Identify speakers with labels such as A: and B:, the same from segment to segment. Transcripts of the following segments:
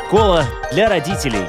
A: Школа для родителей.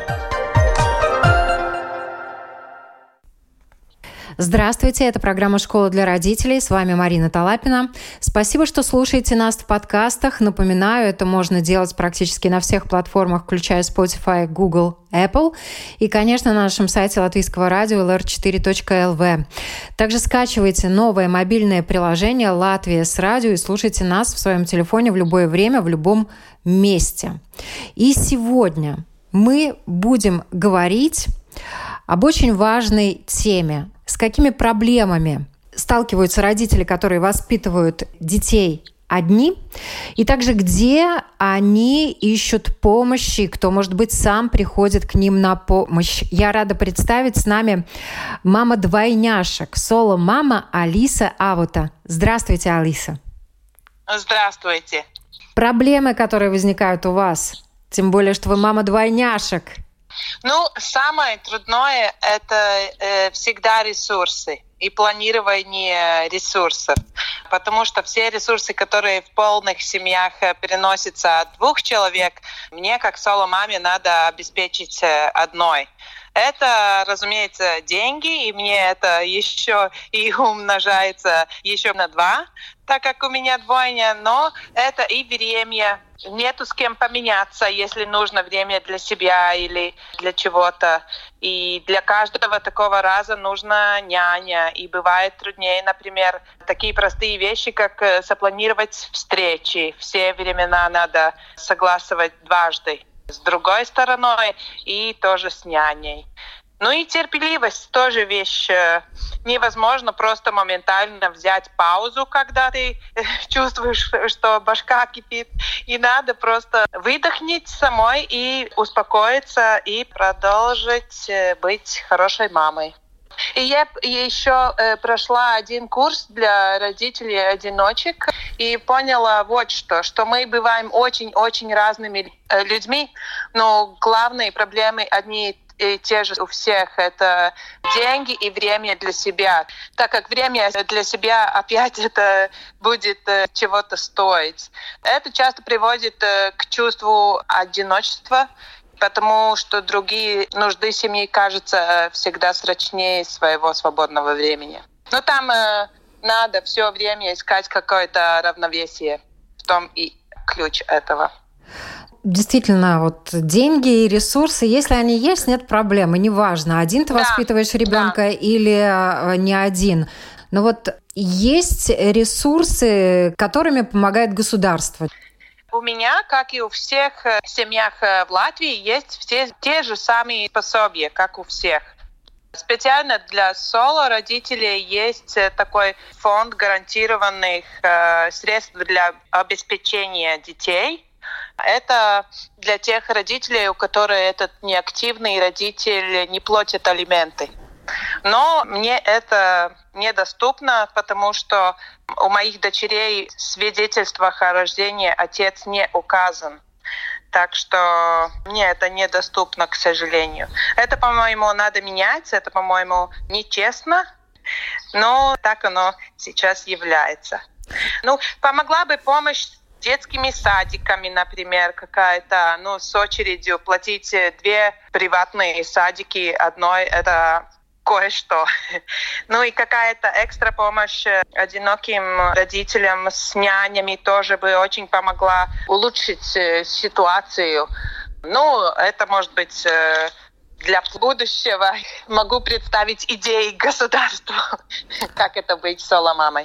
B: Здравствуйте, это программа «Школа для родителей». С вами Марина Талапина. Спасибо, что слушаете нас в подкастах. Напоминаю, это можно делать практически на всех платформах, включая Spotify, Google, Apple и, конечно, на нашем сайте Латвийского радио lr4.lv. Также скачивайте новое мобильное приложение «Латвия с радио» и слушайте нас в своем телефоне в любое время, в любом месте. И сегодня мы будем говорить об очень важной теме. С какими проблемами сталкиваются родители, которые воспитывают детей одни, и также где они ищут помощи, кто, может быть, сам приходит к ним на помощь. Я рада представить с нами мама двойняшек, соло-мама Алиса Авута. Здравствуйте, Алиса.
C: Здравствуйте.
B: Проблемы, которые возникают у вас, тем более, что вы мама двойняшек.
C: Самое трудное – это всегда ресурсы и планирование ресурсов. Потому что все ресурсы, которые в полных семьях переносятся от 2 человек, мне, как соло-маме, надо обеспечить одной. Это, разумеется, деньги, и мне это еще и умножается еще на 2, так как у меня двойня, но это и время. Нету с кем поменяться, если нужно время для себя или для чего-то. И для каждого такого раза нужна няня. И бывает труднее, например, такие простые вещи, как запланировать встречи. Все времена надо согласовать дважды. С другой стороной и тоже с няней. И терпеливость тоже вещь. Невозможно просто моментально взять паузу, когда ты чувствуешь, что башка кипит. И надо просто выдохнуть самой и успокоиться, и продолжить быть хорошей мамой. И я еще прошла один курс для родителей-одиночек и поняла вот что мы бываем очень-очень разными людьми, но главные проблемы одни и те же у всех. Это деньги и время для себя. Так как время для себя опять это будет чего-то стоить. Это часто приводит к чувству одиночества, потому что другие нужды семьи кажутся всегда срочнее своего свободного времени. Но там надо все время искать какое-то равновесие. В том и ключ этого.
B: Действительно, вот деньги и ресурсы, если они есть, нет проблемы, неважно, один ты воспитываешь ребенка или не один. Но вот есть ресурсы, которыми помогает государство.
C: У меня, как и у всех семьях в Латвии, есть все те же самые пособия, как у всех. Специально для соло-родителей есть такой фонд гарантированных средств для обеспечения детей. Это для тех родителей, у которых этот неактивный родитель не платит алименты. Но мне это недоступно, потому что у моих дочерей в свидетельствах о рождении отец не указан. Так что мне это недоступно, к сожалению. Это, по-моему, надо менять, это, по-моему, нечестно, но так оно сейчас является. Помогла бы помощь детскими садиками, например, какая-то, с очередью платить 2 приватные садики, одной это кое-что. И какая-то экстра помощь одиноким родителям с нянями тоже бы очень помогла улучшить ситуацию. Это может быть для будущего. Могу представить идеи государства, как это быть соло-мамой.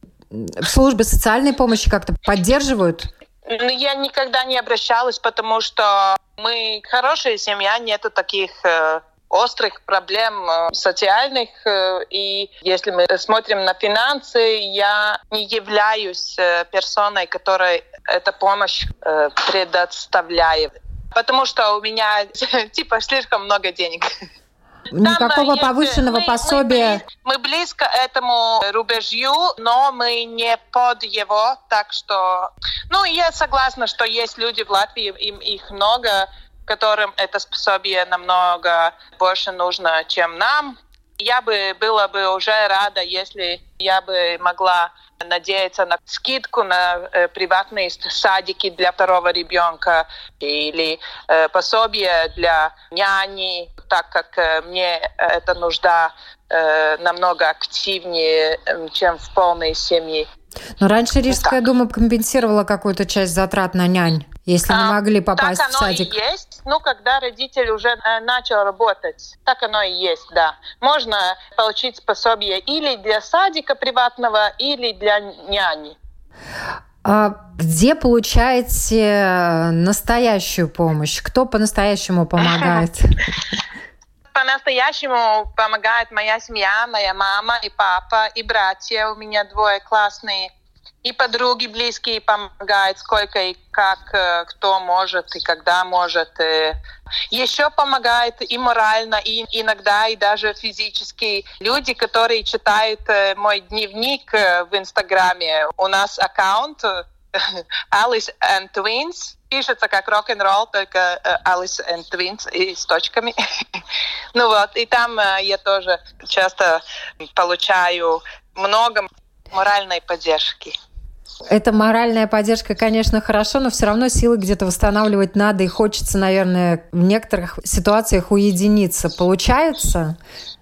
B: Службы социальной помощи как-то поддерживают?
C: Я никогда не обращалась, потому что мы хорошая семья, нету таких острых проблем социальных. И если мы смотрим на финансы, я не являюсь персоной, которая эту помощь предоставляет. Потому что у меня слишком много денег.
B: Никакого повышенного пособия.
C: Мы близко к этому рубежу, но мы не под его, так что... я согласна, что есть люди в Латвии, их много, которым это пособие намного больше нужно, чем нам. Я была бы уже рада, если я бы могла надеяться на скидку на приватные садики для второго ребенка или пособие для няни, так как мне эта нужда намного активнее, чем в полной семье.
B: Но раньше Рижская дума компенсировала какую-то часть затрат на нянь, если не могли попасть в садик.
C: Так оно и есть. Когда родитель уже начал работать, так оно и есть, да. Можно получить пособие или для садика приватного, или для няни.
B: А где получаете настоящую помощь? Кто по-настоящему помогает?
C: По-настоящему помогает моя семья, моя мама и папа, и братья. У меня 2 классные. И подруги близкие помогают, сколько и как, кто может и когда может. Еще помогает и морально, и иногда, и даже физически люди, которые читают мой дневник в Инстаграме. У нас аккаунт Alice and Twins. Пишется как рок-н-ролл, только Alice and Twins и с точками. И там я тоже часто получаю много моральной поддержки.
B: Эта моральная поддержка, конечно, хорошо, но все равно силы где-то восстанавливать надо, и хочется, наверное, в некоторых ситуациях уединиться. Получается?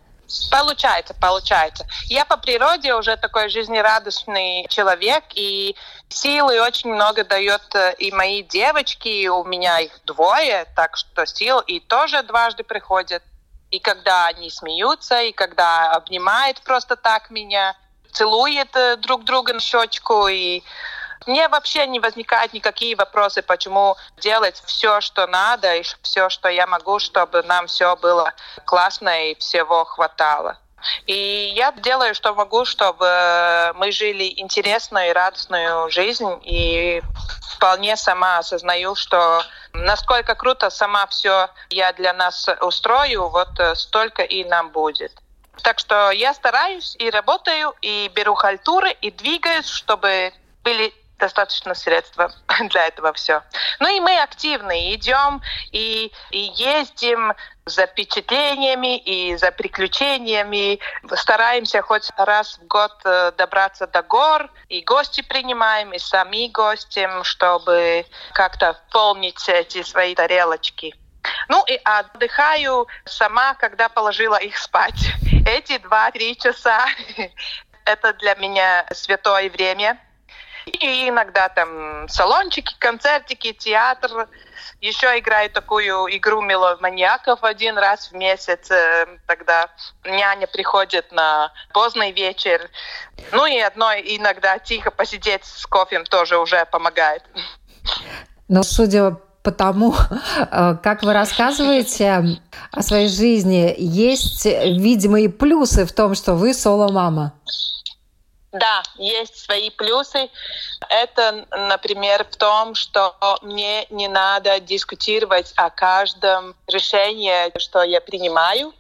C: Получается. Я по природе уже такой жизнерадостный человек, и силы очень много дает и мои девочки, у меня их 2, так что сил и тоже дважды приходят. И когда они смеются, и когда обнимают просто так меня, целуют друг друга на щечку, и мне вообще не возникают никакие вопросы, почему делать все, что надо, и все, что я могу, чтобы нам все было классно и всего хватало. И я делаю, что могу, чтобы мы жили интересную и радостную жизнь, и вполне сама осознаю, что насколько круто сама все я для нас устрою, столько и нам будет. Так что я стараюсь и работаю, и беру халтуры, и двигаюсь, чтобы были достаточно средств для этого все. И мы активны, идем и ездим за впечатлениями и за приключениями. Стараемся хоть раз в год добраться до гор, и гости принимаем, и сами гостим, чтобы как-то полнить эти свои тарелочки. И отдыхаю сама, когда положила их спать. Эти 2-3 часа – это для меня святое время. И иногда там салончики, концертики, театр. Еще играю такую игру меломаньяков 1 раз в месяц. Тогда няня приходит на поздний вечер. И одной иногда тихо посидеть с кофем тоже уже помогает.
B: Но судя по тому, как вы рассказываете о своей жизни, есть видимые плюсы в том, что вы соло-мама.
C: Да, есть свои плюсы. Это, например, в том, что мне не надо дискутировать о каждом решении, что я принимаю.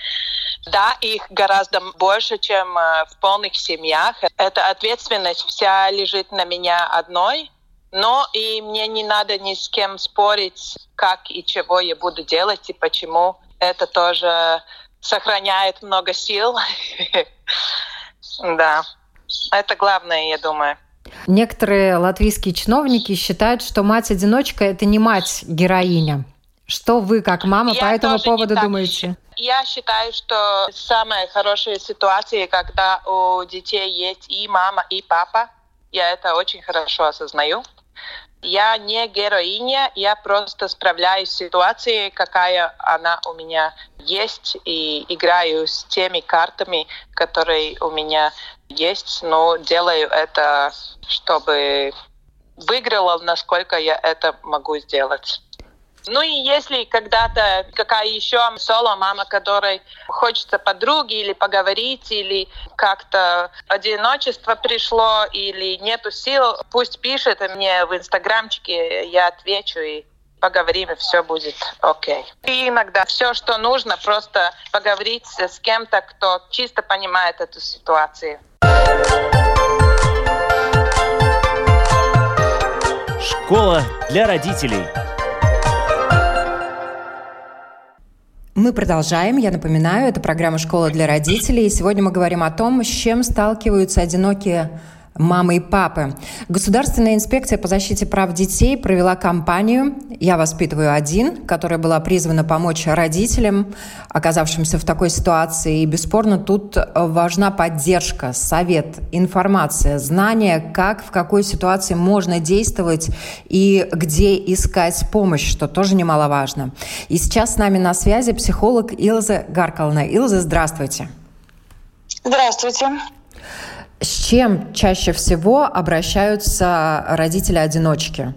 C: Да, их гораздо больше, чем в полных семьях. Эта ответственность вся лежит на меня одной. Но и мне не надо ни с кем спорить, как и чего я буду делать и почему. Это тоже сохраняет много сил. Да. Это главное, я думаю.
B: Некоторые латвийские чиновники считают, что мать-одиночка – это не мать-героиня. Что вы, как мама, по этому поводу думаете?
C: Я считаю, что самая хорошая ситуация, когда у детей есть и мама, и папа. Я это очень хорошо осознаю. Я не героиня, я просто справляюсь с ситуацией, какая она у меня есть, и играю с теми картами, которые у меня есть, но делаю это, чтобы выиграла, насколько я это могу сделать. И если когда-то какая еще соло-мама, которой хочется подруги или поговорить, или как-то одиночество пришло, или нету сил, пусть пишет мне в инстаграмчике, я отвечу и поговорим, и все будет окей. И иногда все, что нужно, просто поговорить с кем-то, кто чисто понимает эту ситуацию.
A: Школа для родителей.
B: Мы продолжаем. Я напоминаю, это программа «Школа для родителей». И сегодня мы говорим о том, с чем сталкиваются одинокие мамы и папы. Государственная инспекция по защите прав детей провела кампанию «Я воспитываю один», которая была призвана помочь родителям, оказавшимся в такой ситуации. И бесспорно тут важна поддержка, совет, информация, знание, как, в какой ситуации можно действовать и где искать помощь, что тоже немаловажно. И сейчас с нами на связи психолог Илза Гаркална. Илза, здравствуйте.
A: Здравствуйте.
B: С чем чаще всего обращаются родители-одиночки?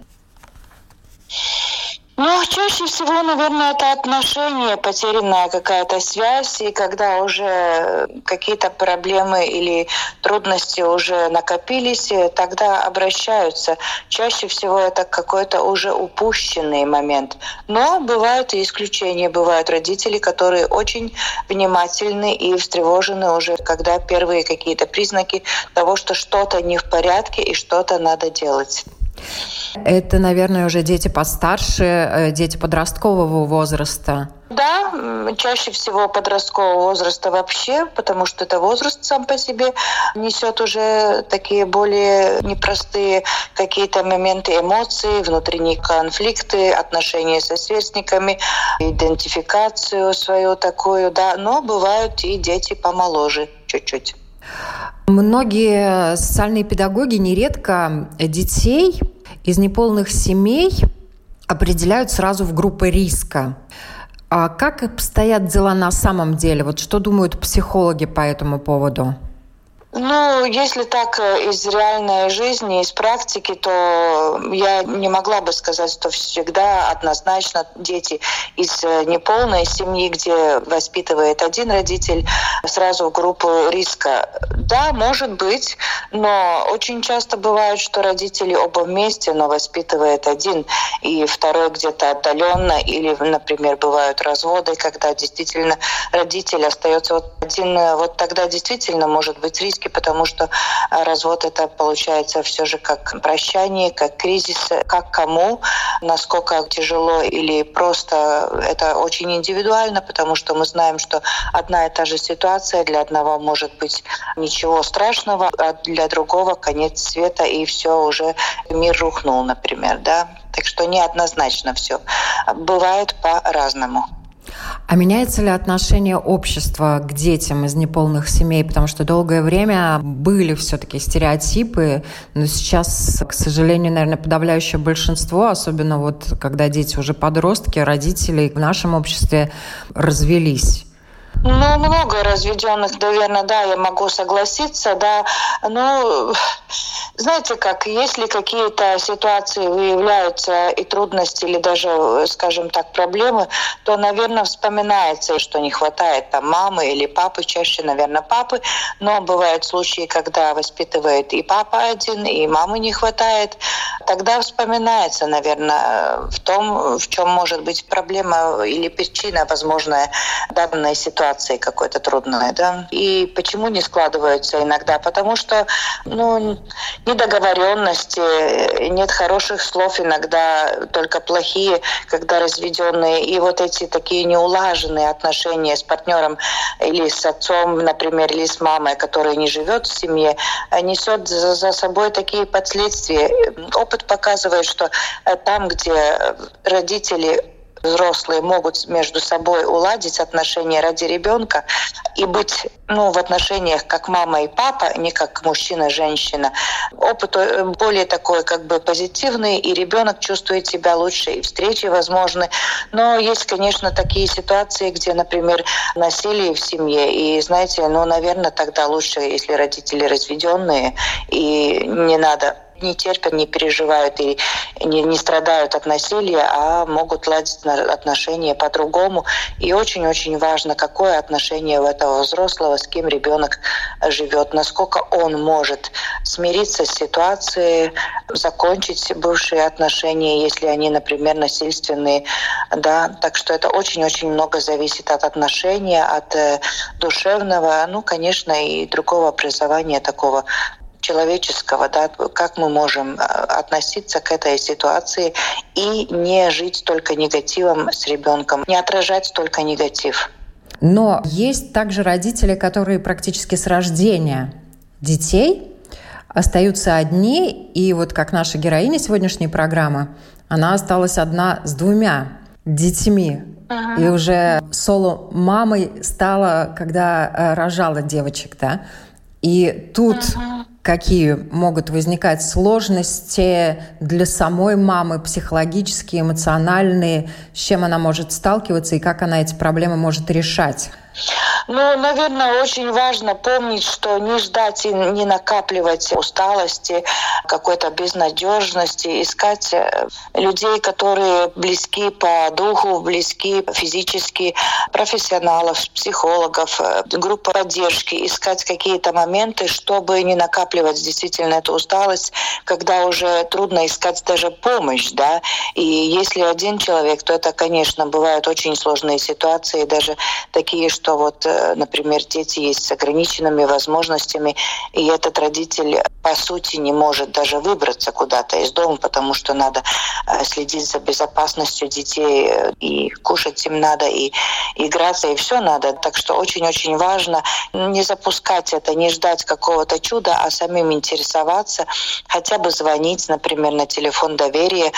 A: Чаще всего, наверное, это отношения, потерянная какая-то связь, и когда уже какие-то проблемы или трудности уже накопились, тогда обращаются. Чаще всего это какой-то уже упущенный момент. Но бывают и исключения. Бывают родители, которые очень внимательны и встревожены уже, когда первые какие-то признаки того, что что-то не в порядке и что-то надо делать.
B: Это, наверное, уже дети постарше, дети подросткового возраста.
A: Да, чаще всего подросткового возраста вообще, потому что это возраст сам по себе несет уже такие более непростые какие-то моменты, эмоции, внутренние конфликты, отношения со сверстниками, идентификацию свою такую, да. Но бывают и дети помоложе чуть-чуть.
B: Многие социальные педагоги нередко детей из неполных семей определяют сразу в группы риска. А как обстоят дела на самом деле? Вот что думают психологи по этому поводу?
A: Если так из реальной жизни, из практики, то я не могла бы сказать, что всегда однозначно дети из неполной семьи, где воспитывает один родитель, сразу в группу риска. Да, может быть, но очень часто бывает, что родители оба вместе, но воспитывает один, и второй где-то отдаленно, или, например, бывают разводы, когда действительно родитель остается один, вот тогда действительно может быть риск, потому что развод это получается все же как прощание, как кризис, как кому, насколько тяжело или просто это очень индивидуально, потому что мы знаем, что одна и та же ситуация для одного может быть ничего страшного, а для другого конец света и все уже мир рухнул, например, да. Так что неоднозначно все. Бывает по-разному.
B: А меняется ли отношение общества к детям из неполных семей? Потому что долгое время были все-таки стереотипы, но сейчас, к сожалению, наверное, подавляющее большинство, особенно вот когда дети уже подростки, родители в нашем обществе развелись.
A: Много разведенных, наверное, да, я могу согласиться, да. Знаете как, если какие-то ситуации выявляются и трудности, или даже, скажем так, проблемы, то, наверное, вспоминается, что не хватает там мамы или папы, чаще, наверное, папы, но бывают случаи, когда воспитывает и папа один, и мамы не хватает, тогда вспоминается, наверное, в том, в чем может быть проблема или причина, возможная, данной ситуации какой-то трудной, да. И почему не складываются иногда? Потому что, недоговоренности, нет хороших слов иногда, только плохие, когда разведенные. И вот эти такие неулаженные отношения с партнером или с отцом, например, или с мамой, которая не живет в семье, несет за собой такие последствия. Опыт показывает, что там, где родители взрослые могут между собой уладить отношения ради ребенка и быть в отношениях как мама и папа, не как мужчина и женщина. Опыт более такой позитивный, и ребенок чувствует себя лучше, и встречи возможны. Но есть, конечно, такие ситуации, где, например, насилие в семье. И, знаете, наверное, тогда лучше, если родители разведенные, и не надо не терпят, не переживают и не страдают от насилия, а могут ладить отношения по-другому. И очень-очень важно, какое отношение у этого взрослого, с кем ребенок живет, насколько он может смириться с ситуацией, закончить бывшие отношения, если они, например, насильственные. Да? Так что это очень-очень много зависит от отношения, от душевного, конечно, и другого образования такого человеческого, да, как мы можем относиться к этой ситуации и не жить только негативом с ребенком, не отражать только негатив.
B: Но есть также родители, которые практически с рождения детей остаются одни, и вот как наша героиня сегодняшней программы, она осталась одна с 2 детьми. И уже соло-мамой стала, когда рожала девочек, да? И тут какие могут возникать сложности для самой мамы, психологические, эмоциональные, с чем она может сталкиваться и как она эти проблемы может решать?
A: Ну, наверное, очень важно помнить, что не ждать и не накапливать усталости, какой-то безнадежности, искать людей, которые близки по духу, близки физически, профессионалов, психологов, группы поддержки, искать какие-то моменты, чтобы не накапливать действительно эту усталость, когда уже трудно искать даже помощь, да. И если один человек, то это, конечно, бывают очень сложные ситуации, даже такие, что вот, например, дети есть с ограниченными возможностями, и этот родитель, по сути, не может даже выбраться куда-то из дома, потому что надо следить за безопасностью детей, и кушать им надо, и играться, и все надо. Так что очень-очень важно не запускать это, не ждать какого-то чуда, а самим интересоваться, хотя бы звонить, например, на телефон доверия,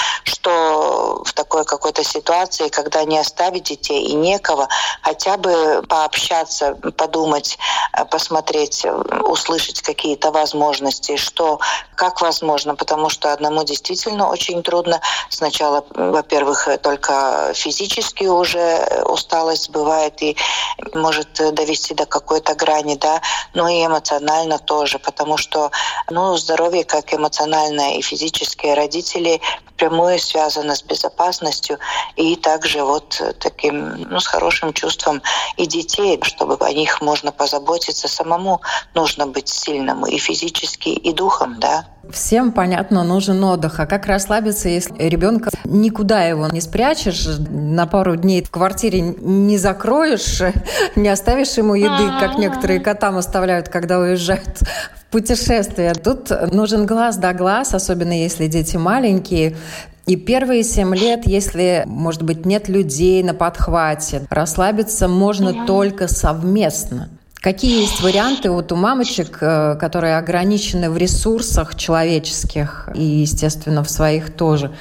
A: что в такой какой-то ситуации, когда не оставить детей и некого, хотя бы пообщаться, подумать, посмотреть, услышать какие-то возможности, что, как возможно, потому что одному действительно очень трудно. Сначала, во-первых, только физически уже усталость бывает и может довести до какой-то грани, да, но и эмоционально тоже, потому что, здоровье, как эмоциональное и физическое родителей, прямую связано с безопасностью и также вот таким, с хорошим чувством и детей, чтобы о них можно позаботиться самому, нужно быть сильным и физически, и духом, да.
B: Всем, понятно, нужен отдых. А как расслабиться, если ребенка никуда его не спрячешь, на пару дней в квартире не закроешь, не оставишь ему еды, как некоторые котам оставляют, когда уезжают в путешествие. Тут нужен глаз да глаз, особенно если дети маленькие. И первые 7 лет, если, может быть, нет людей на подхвате, расслабиться можно только совместно. Какие есть варианты у мамочек, которые ограничены в ресурсах человеческих и, естественно, в своих тоже?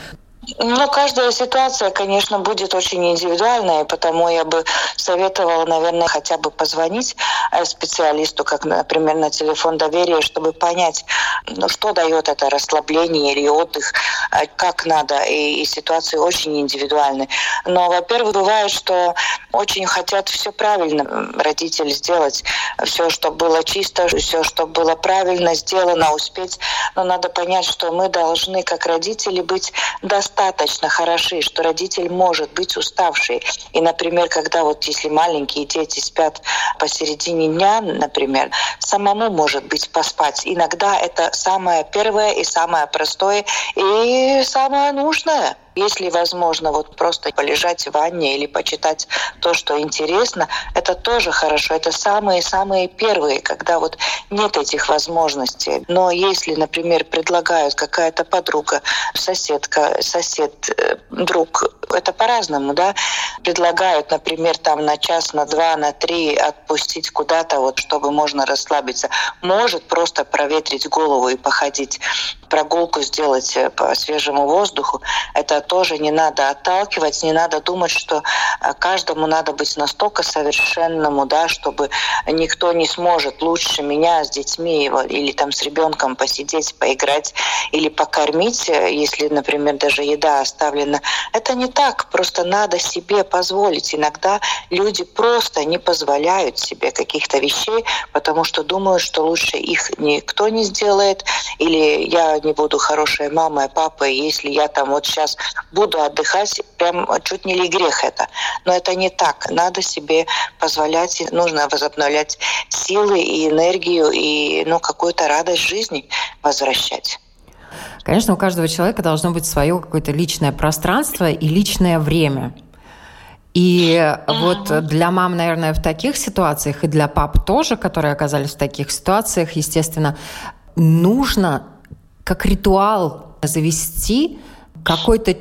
A: Каждая ситуация, конечно, будет очень индивидуальная, потому я бы советовала, наверное, хотя бы позвонить специалисту, как, например, на телефон доверия, чтобы понять, что дает это расслабление или отдых, как надо, и ситуации очень индивидуальны. Но, во-первых, бывает, что очень хотят все правильно родители сделать, все, чтобы было чисто, все, чтобы было правильно сделано, успеть. Но надо понять, что мы должны, как родители, быть достаточно хороши, что родитель может быть уставший. И, например, когда если маленькие дети спят посередине дня, например, самому, может быть, поспать. Иногда это самое первое и самое простое и самое нужное. Если возможно, просто полежать в ванне или почитать то, что интересно, это тоже хорошо. Это самые-самые первые, когда нет этих возможностей. Но если, например, предлагают какая-то подруга, соседка, сосед, друг, это по-разному, да, предлагают, например, на час, на 2, на 3 отпустить куда-то, чтобы можно расслабиться. Может просто проветрить голову и походить, прогулку сделать по свежему воздуху. Это тоже не надо отталкивать, не надо думать, что каждому надо быть настолько совершенному, да, чтобы никто не сможет лучше меня с детьми или с ребенком посидеть, поиграть или покормить, если, например, даже еда оставлена. Это не так, просто надо себе позволить. Иногда люди просто не позволяют себе каких-то вещей, потому что думают, что лучше их никто не сделает, или я не буду хорошей мамой, папой, если я сейчас буду отдыхать, прям чуть не ли грех это. Но это не так. Надо себе позволять, нужно возобновлять силы и энергию, и какую-то радость жизни возвращать.
B: Конечно, у каждого человека должно быть свое какое-то личное пространство и личное время. И для мам, наверное, в таких ситуациях, и для пап тоже, которые оказались в таких ситуациях, естественно, нужно как ритуал завести какой-то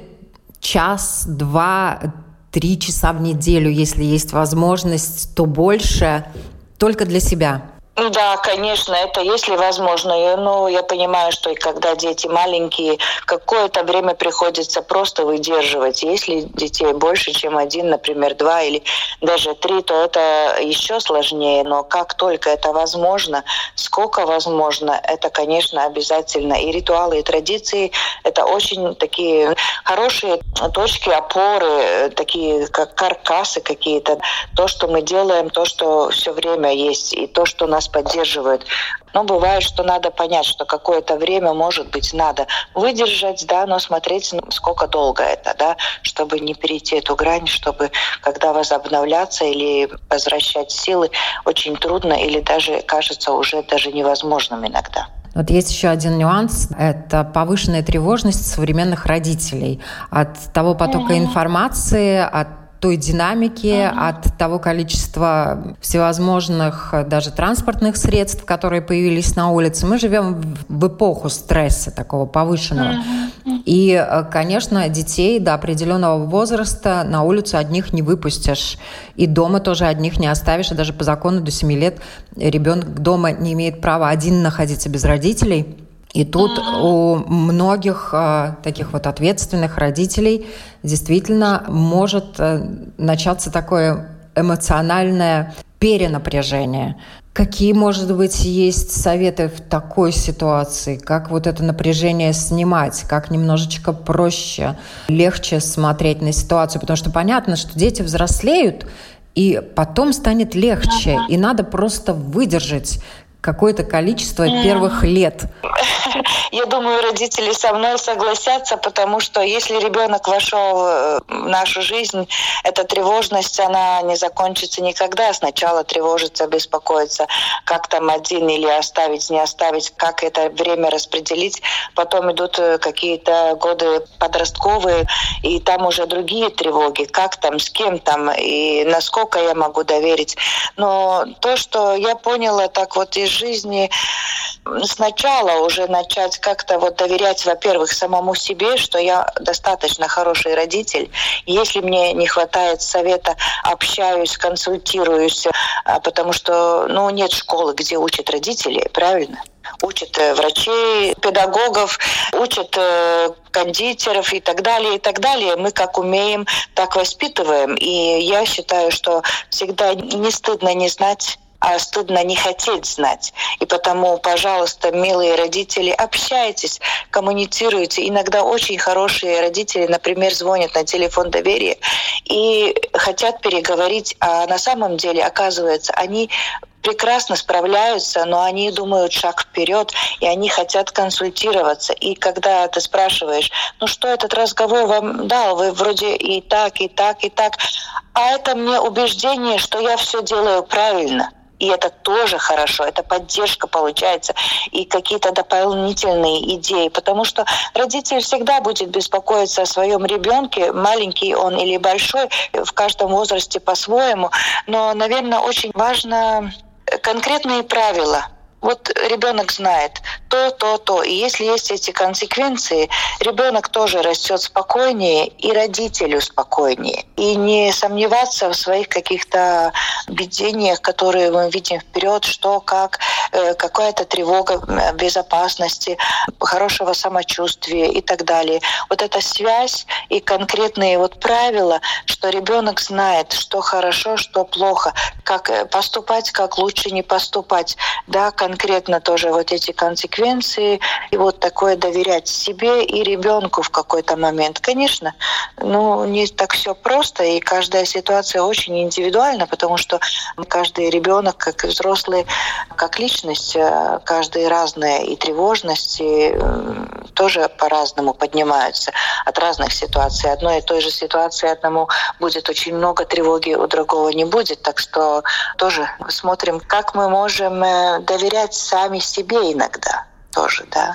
B: час, 2, 3 часа в неделю, если есть возможность, то больше, только для себя.
A: Да, конечно, это если возможно. Но я понимаю, что и когда дети маленькие, какое-то время приходится просто выдерживать. Если детей больше, чем 1, например, 2 или даже 3, то это еще сложнее. Но как только это возможно, сколько возможно, это, конечно, обязательно. И ритуалы, и традиции — это очень такие хорошие точки опоры, такие как каркасы какие-то. То, что мы делаем, то, что все время есть, и то, что нас поддерживают. Но бывает, что надо понять, что какое-то время, может быть, надо выдержать, да, но смотреть, сколько долго это, да, чтобы не перейти эту грань, чтобы, когда возобновляться или возвращать силы, очень трудно или даже кажется уже даже невозможным иногда.
B: Вот есть еще один нюанс – это повышенная тревожность современных родителей от того потока информации, от той динамики, от того количества всевозможных даже транспортных средств, которые появились на улице. Мы живем в эпоху стресса такого повышенного. И, конечно, детей до определенного возраста на улицу одних не выпустишь. И дома тоже одних не оставишь. И даже по закону до 7 лет ребенок дома не имеет права один находиться без родителей. И тут у многих таких вот ответственных родителей действительно может начаться такое эмоциональное перенапряжение. Какие, может быть, есть советы в такой ситуации? Как вот это напряжение снимать? Как немножечко проще, легче смотреть на ситуацию? Потому что понятно, что дети взрослеют, и потом станет легче. И надо просто выдержать какое-то количество первых лет.
A: Я думаю, родители со мной согласятся, потому что если ребенок вошел в нашу жизнь, эта тревожность, она не закончится никогда. Сначала тревожиться, беспокоиться, как там один или оставить, не оставить, как это время распределить. Потом идут какие-то годы подростковые, и там уже другие тревоги, как там, с кем там, и насколько я могу доверить. Но то, что я поняла так вот из жизни, сначала уже начать как-то вот доверять, во-первых, самому себе, что я достаточно хороший родитель. Если мне не хватает совета, общаюсь, консультируюсь, потому что, нет школы, где учат родителей, правильно? Учат врачей, педагогов, учат кондитеров и так далее, и так далее. Мы как умеем, так воспитываем. И я считаю, что всегда не стыдно не знать, а стыдно не хотеть знать. И потому, пожалуйста, милые родители, общайтесь, коммуницируйте. Иногда очень хорошие родители, например, звонят на телефон доверия и хотят переговорить, а на самом деле, оказывается, они прекрасно справляются, но они думают шаг вперед, и они хотят консультироваться. И когда ты спрашиваешь, что этот разговор вам дал, вы вроде и так, и так, и так, а это мне убеждение, что я все делаю правильно. И это тоже хорошо, это поддержка получается, и какие-то дополнительные идеи, потому что родитель всегда будет беспокоиться о своем ребенке, маленький он или большой, в каждом возрасте по-своему, но, наверное, очень важно конкретные правила. Вот ребенок знает то. И если есть эти консеквенции, ребенок тоже растет спокойнее, и родителю спокойнее. И не сомневаться в своих каких-то видениях, которые мы видим вперед, что, как, какая-то тревога безопасности, хорошего самочувствия и так далее. Вот эта связь и конкретные вот правила, что ребенок знает, что хорошо, что плохо, как поступать, как лучше не поступать, да, конкретно тоже вот эти консеквенции, и вот такое доверять себе и ребенку в какой-то момент. Конечно, не так все просто, и каждая ситуация очень индивидуальна, потому что каждый ребенок, как и взрослый, как личность, каждый разная, и тревожности тоже по-разному поднимаются от разных ситуаций. Одной и той же ситуации одному будет очень много тревоги, у другого не будет, так что тоже смотрим, как мы можем доверять сами себе иногда тоже, да.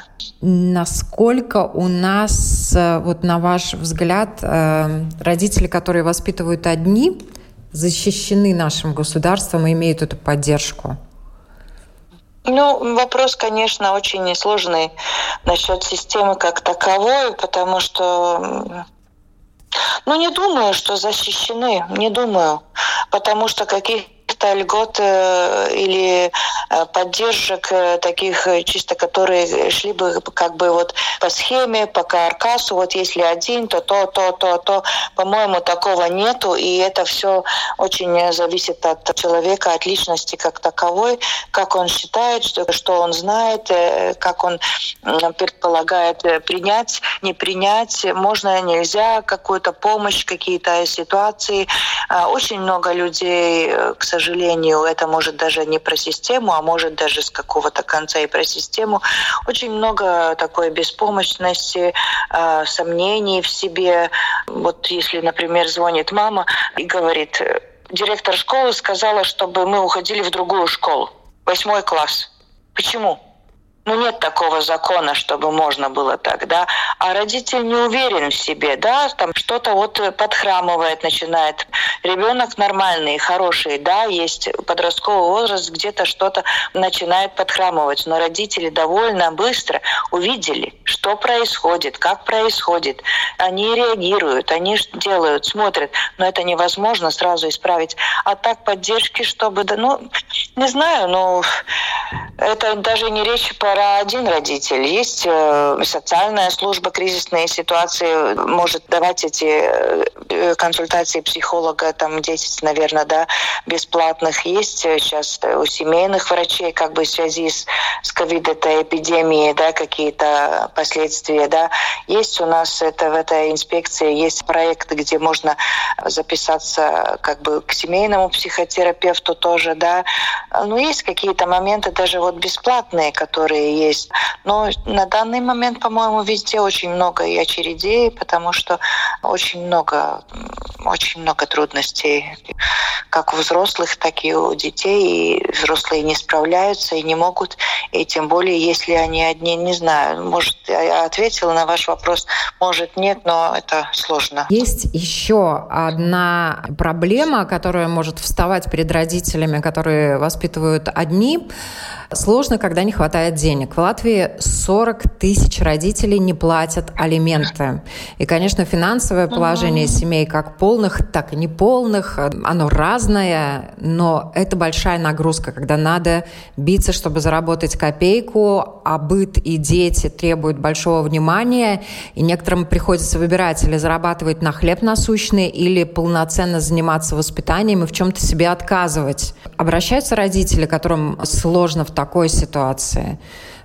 B: Насколько у нас, вот на ваш взгляд, родители, которые воспитывают одни, защищены нашим государством и имеют эту поддержку?
A: Вопрос, конечно, очень сложный насчет системы как таковой, потому что, не думаю, что защищены, не думаю, потому что каких-то льгот или поддержек таких чисто, которые шли бы как бы вот по схеме, по каркасу, вот если один, то, по-моему, такого нету, и это все очень зависит от человека, от личности как таковой, как он считает, что он знает, как он предполагает принять, не принять, можно, нельзя, какую-то помощь, какие-то ситуации. Очень много людей, к сожалению, это может даже не про систему, а может даже с какого-то конца и про систему. Очень много такой беспомощности, сомнений в себе. Вот если, например, звонит мама и говорит, директор школы сказала, чтобы мы уходили в другую школу, 8 класс. Почему? Нет такого закона, чтобы можно было так, да. А родитель не уверен в себе, да, там что-то вот подхрамывает, начинает. Ребенок нормальный, хороший, да, есть подростковый возраст, где-то что-то начинает подхрамывать. Но родители довольно быстро увидели, что происходит, как происходит. Они реагируют, они делают, смотрят. Но это невозможно сразу исправить. А так поддержки, чтобы, не знаю, это даже не речь про один родитель. Есть социальная служба, кризисные ситуации может давать эти консультации психолога, там 10, наверное, да, бесплатных. Есть сейчас у семейных врачей, как бы в связи с ковид, этой эпидемией, да, какие-то последствия, да. Есть у нас в этой инспекции есть проект, где можно записаться как бы к семейному психотерапевту тоже, да. Есть какие-то моменты даже вот бесплатные, которые есть. Но на данный момент, по-моему, везде очень много и очередей, потому что очень много трудностей, как у взрослых, так и у детей. И взрослые не справляются и не могут. И тем более, если они одни, не знаю, может, я ответила на ваш вопрос, может, нет, но это сложно.
B: Есть еще одна проблема, которая может вставать перед родителями, которые воспитывают одни. Сложно, когда не хватает денег. В Латвии 40 тысяч родителей не платят алименты. И, конечно, финансовое положение семей как полных, так и неполных, оно разное, но это большая нагрузка, когда надо биться, чтобы заработать копейку, а быт и дети требуют большого внимания, и некоторым приходится выбирать или зарабатывать на хлеб насущный, или полноценно заниматься воспитанием и в чем-то себе отказывать. Обращаются родители, которым сложно в такой ситуации?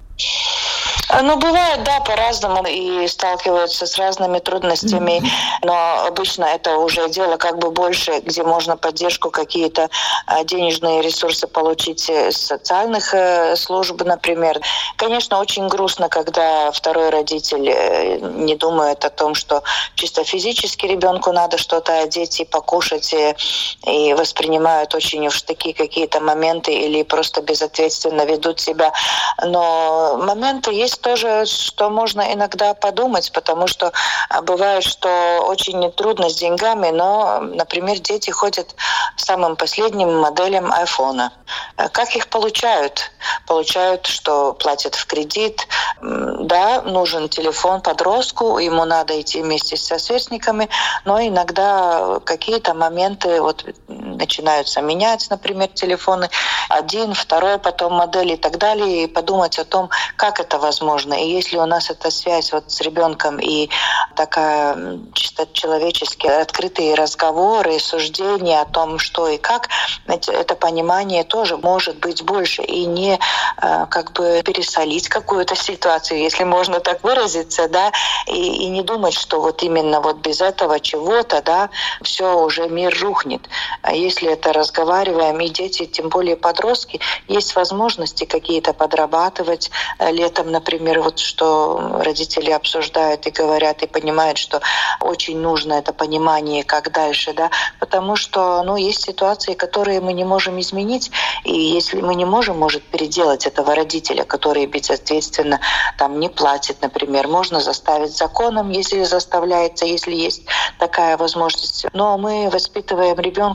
A: Бывает, да, по-разному и сталкиваются с разными трудностями, но обычно это уже дело как бы больше, где можно поддержку, какие-то денежные ресурсы получить с социальных служб, например. Конечно, очень грустно, когда второй родитель не думает о том, что чисто физически ребенку надо что-то одеть и покушать, и воспринимают очень уж такие какие-то моменты или просто безответственно ведут себя. Но моменты есть тоже, что можно иногда подумать, потому что бывает, что очень трудно с деньгами, но, например, дети ходят самым последним моделям айфона. Как их получают? Получают, что платят в кредит. Да, нужен телефон подростку, ему надо идти вместе со сверстниками, но иногда какие-то моменты начинаются менять, например, телефоны. Один, второй, потом модель и так далее, и подумать о том, как это возможно. И если у нас эта связь с ребенком и такая чисто человеческие открытые разговоры, суждения о том, что и как, это понимание тоже может быть больше. И не пересолить какую-то ситуацию, если можно так выразиться, да, и не думать, что именно без этого чего-то, да, все уже мир рухнет. А если это разговариваем, и дети, тем более подростки, есть возможности какие-то подрабатывать летом, например, что родители обсуждают и говорят, и понимают, что очень нужно это понимание, как дальше, да, потому что, есть ситуации, которые мы не можем изменить, и если мы не можем, может, переделать этого родителя, который безответственно не платит, например, можно заставить законом, если заставляется, если есть такая возможность. Но мы воспитываем ребенка самостоятельно,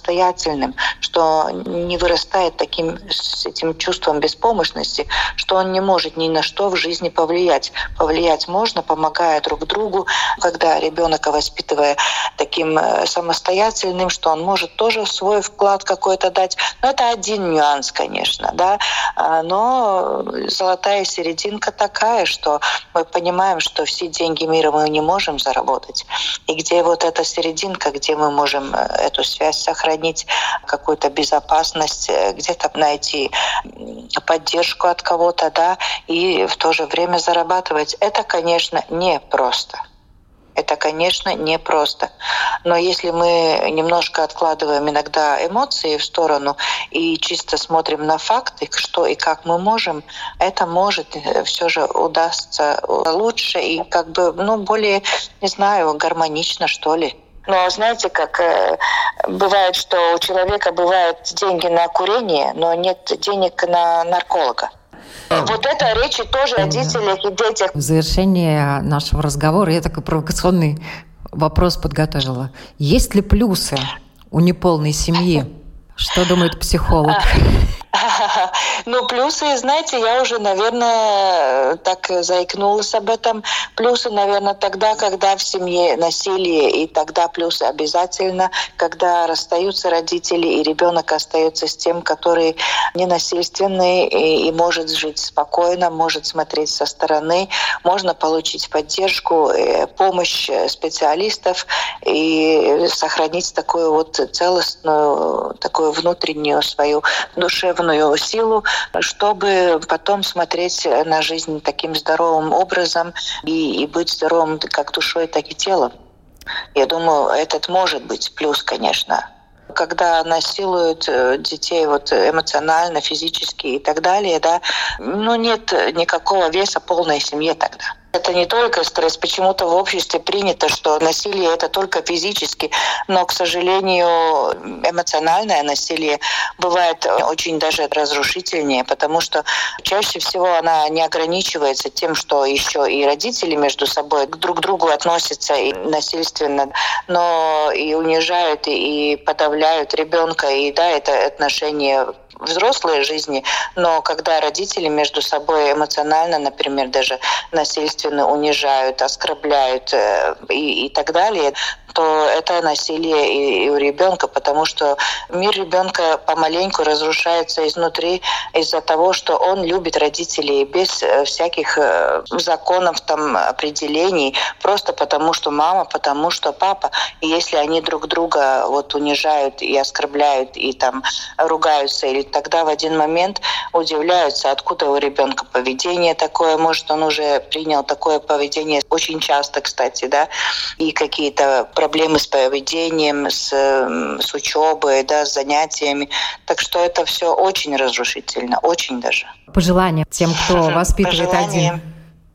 A: самостоятельным, что не вырастает с этим чувством беспомощности, что он не может ни на что в жизни повлиять. Повлиять можно, помогая друг другу, когда ребенка воспитывая таким самостоятельным, что он может тоже свой вклад какой-то дать. Но это один нюанс, конечно, да. Но золотая серединка такая, что мы понимаем, что все деньги мира мы не можем заработать. И где вот эта серединка, где мы можем эту связь сохранить, какую-то безопасность, где-то найти поддержку от кого-то, да, и в то же время зарабатывать. Это, конечно, непросто. Это, конечно, непросто. Но если мы немножко откладываем иногда эмоции в сторону и чисто смотрим на факты, что и как мы можем, это может все же удастся лучше и более, не знаю, гармонично, что ли. Но знаете, как бывает, что у человека бывают деньги на курение, но нет денег на нарколога. Вот это речь тоже о родителях и детях.
B: В завершение нашего разговора я такой провокационный вопрос подготовила. Есть ли плюсы у неполной семьи? Что думает психолог?
A: Плюсы, знаете, я уже, наверное, так заикнулась об этом. Плюсы, наверное, тогда, когда в семье насилие, и тогда плюсы обязательно, когда расстаются родители, и ребенок остается с тем, который ненасильственный и может жить спокойно, может смотреть со стороны, можно получить поддержку, помощь специалистов и сохранить такую вот целостную, такую внутреннюю свою душевную силу, чтобы потом смотреть на жизнь таким здоровым образом и быть здоровым как душой, так и телом. Я думаю, этот может быть плюс, конечно. Когда насилуют детей эмоционально, физически и так далее, да, нет никакого веса полной семье тогда. Это не только стресс. Почему-то в обществе принято, что насилие — это только физически, но, к сожалению, эмоциональное насилие бывает очень даже разрушительнее, потому что чаще всего она не ограничивается тем, что еще и родители между собой друг к другу относятся и насильственно, но и унижают, и подавляют ребенка, и да, это отношение взрослой жизни, но когда родители между собой эмоционально, например, даже насильственно унижают, оскорбляют и так далее, то это насилие и у ребенка, потому что мир ребенка помаленьку разрушается изнутри из-за того, что он любит родителей без всяких законов, определений, просто потому что мама, потому что папа. И если они друг друга унижают и оскорбляют, и ругаются, или тогда в один момент удивляются, откуда у ребенка поведение такое, может, он уже принял такое поведение очень часто, кстати, да, и какие-то проблемы с поведением, с учебой, да, с занятиями. Так что это все очень разрушительно, очень даже.
B: Пожелания тем, кто воспитывает один.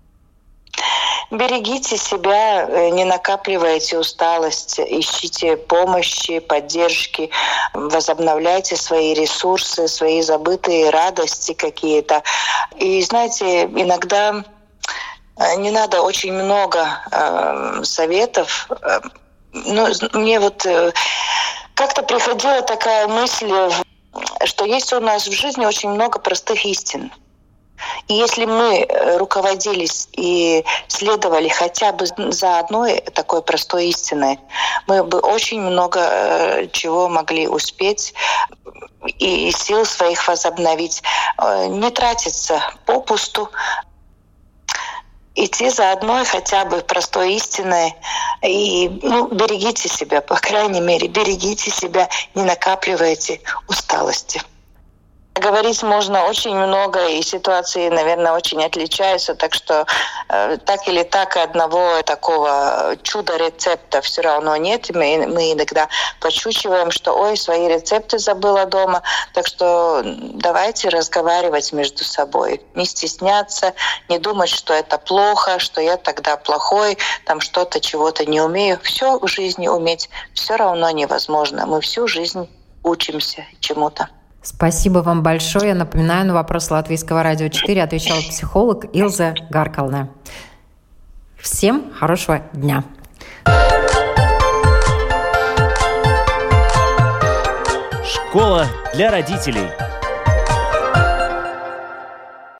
A: Берегите себя, не накапливайте усталость, ищите помощи, поддержки, возобновляйте свои ресурсы, свои забытые радости какие-то. И знаете, иногда не надо очень много советов. Мне как-то приходила такая мысль, что есть у нас в жизни очень много простых истин. И если мы руководились и следовали хотя бы за одной такой простой истиной, мы бы очень много чего могли успеть и сил своих возобновить, не тратиться попусту, идти за одной хотя бы простой истиной. И берегите себя, по крайней мере, берегите себя, не накапливайте усталости. Говорить можно очень много, и ситуации, наверное, очень отличаются, так что так или так одного такого чудо-рецепта все равно нет. Мы иногда подшучиваем, что «Ой, свои рецепты забыла дома». Так что давайте разговаривать между собой, не стесняться, не думать, что это плохо, что я тогда плохой, что-то, чего-то не умею. Все в жизни уметь все равно невозможно. Мы всю жизнь учимся чему-то.
B: Спасибо вам большое. Я напоминаю, на вопрос Латвийского радио 4 отвечала психолог Илза Гаркалне. Всем хорошего дня.
D: Школа для родителей.